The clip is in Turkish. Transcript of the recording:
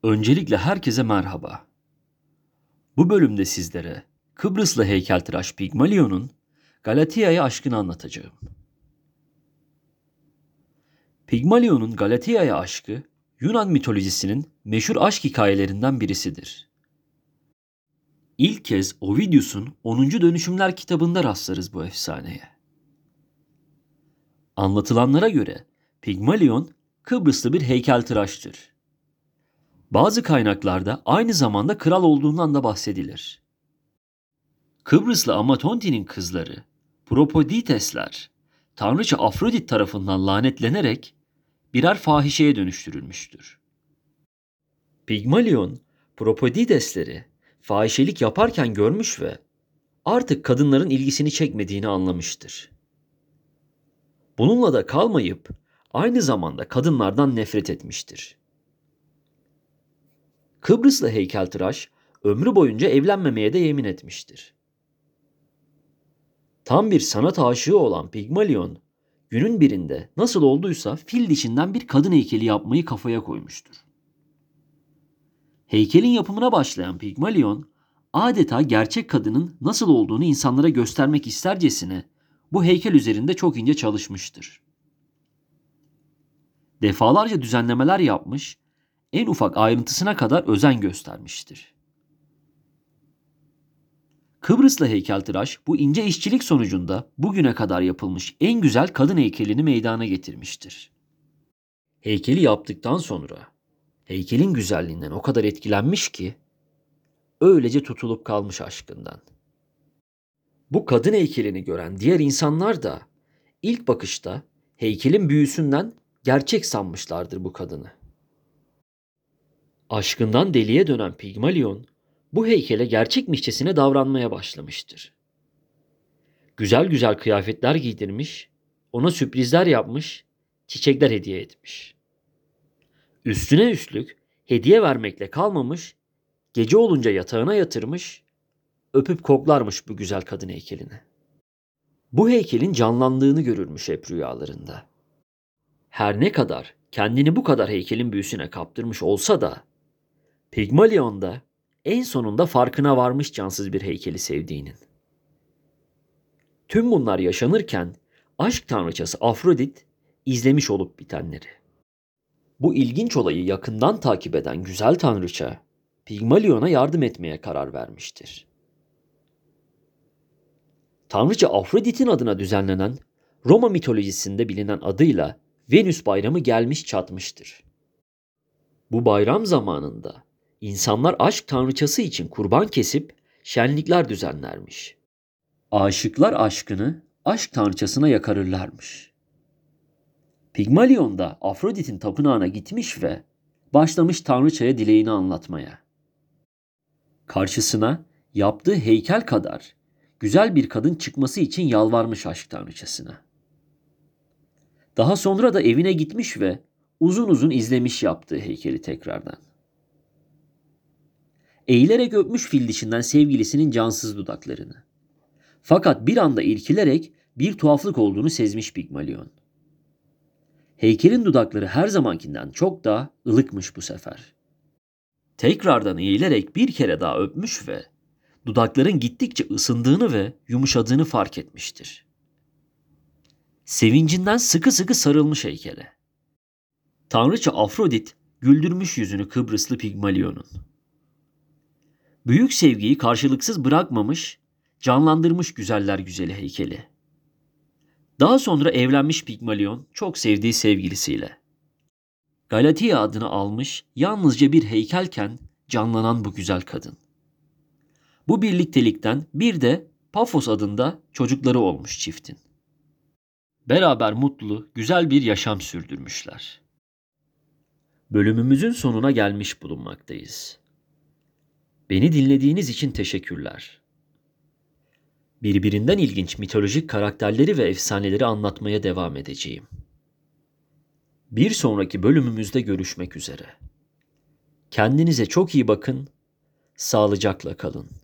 Öncelikle herkese merhaba. Bu bölümde sizlere Kıbrıslı heykeltıraş Pigmalion'un Galatea'ya aşkını anlatacağım. Pigmalion'un Galatea'ya aşkı, Yunan mitolojisinin meşhur aşk hikayelerinden birisidir. İlk kez Ovidius'un 10. Dönüşümler kitabında rastlarız bu efsaneye. Anlatılanlara göre Pigmalion Kıbrıslı bir heykeltıraştır. Bazı kaynaklarda aynı zamanda kral olduğundan da bahsedilir. Kıbrıslı Amatonti'nin kızları Propoditesler, tanrıça Afrodit tarafından lanetlenerek birer fahişeye dönüştürülmüştür. Pigmalion, Propoditesleri fahişelik yaparken görmüş ve artık kadınların ilgisini çekmediğini anlamıştır. Bununla da kalmayıp aynı zamanda kadınlardan nefret etmiştir. Kıbrıslı heykeltıraş ömrü boyunca evlenmemeye de yemin etmiştir. Tam bir sanat aşığı olan Pigmalion, günün birinde nasıl olduysa fil dişinden bir kadın heykeli yapmayı kafaya koymuştur. Heykelin yapımına başlayan Pigmalion, adeta gerçek kadının nasıl olduğunu insanlara göstermek istercesine bu heykel üzerinde çok ince çalışmıştır. Defalarca düzenlemeler yapmış, en ufak ayrıntısına kadar özen göstermiştir. Kıbrıslı heykeltıraş bu ince işçilik sonucunda bugüne kadar yapılmış en güzel kadın heykelini meydana getirmiştir. Heykeli yaptıktan sonra heykelin güzelliğinden o kadar etkilenmiş ki öylece tutulup kalmış aşkından. Bu kadın heykelini gören diğer insanlar da ilk bakışta heykelin büyüsünden gerçek sanmışlardır bu kadını. Aşkından deliye dönen Pigmalion bu heykele gerçekmişçesine davranmaya başlamıştır. Güzel güzel kıyafetler giydirmiş, ona sürprizler yapmış, çiçekler hediye etmiş. Üstüne üstlük hediye vermekle kalmamış, gece olunca yatağına yatırmış, öpüp koklarmış bu güzel kadın heykelini. Bu heykelin canlandığını görürmüş hep rüyalarında. Her ne kadar kendini bu kadar heykelin büyüsüne kaptırmış olsa da, Pigmalion da en sonunda farkına varmış cansız bir heykeli sevdiğinin. Tüm bunlar yaşanırken aşk tanrıçası Afrodit izlemiş olup bitenleri. Bu ilginç olayı yakından takip eden güzel tanrıça Pigmalion'a yardım etmeye karar vermiştir. Tanrıça Afrodit'in adına düzenlenen Roma mitolojisinde bilinen adıyla Venüs Bayramı gelmiş çatmıştır. Bu bayram zamanında insanlar aşk tanrıçası için kurban kesip şenlikler düzenlermiş. Aşıklar aşkını aşk tanrıçasına yakarırlarmış. Pigmalion da Afrodit'in tapınağına gitmiş ve başlamış tanrıçaya dileğini anlatmaya. Karşısına yaptığı heykel kadar güzel bir kadın çıkması için yalvarmış aşk tanrıçasına. Daha sonra da evine gitmiş ve uzun uzun izlemiş yaptığı heykeli tekrardan. Eğilerek öpmüş fil dişinden sevgilisinin cansız dudaklarını. Fakat bir anda irkilerek bir tuhaflık olduğunu sezmiş Pigmalion. Heykelin dudakları her zamankinden çok daha ılıkmış bu sefer. Tekrardan eğilerek bir kere daha öpmüş ve dudakların gittikçe ısındığını ve yumuşadığını fark etmiştir. Sevincinden sıkı sıkı sarılmış heykele. Tanrıça Afrodit güldürmüş yüzünü Kıbrıslı Pigmalion'un. Büyük sevgiyi karşılıksız bırakmamış, canlandırmış güzeller güzeli heykeli. Daha sonra evlenmiş Pigmalion çok sevdiği sevgilisiyle. Galatea adını almış yalnızca bir heykelken canlanan bu güzel kadın. Bu birliktelikten bir de Pafos adında çocukları olmuş çiftin. Beraber mutlu, güzel bir yaşam sürdürmüşler. Bölümümüzün sonuna gelmiş bulunmaktayız. Beni dinlediğiniz için teşekkürler. Birbirinden ilginç mitolojik karakterleri ve efsaneleri anlatmaya devam edeceğim. Bir sonraki bölümümüzde görüşmek üzere. Kendinize çok iyi bakın, sağlıcakla kalın.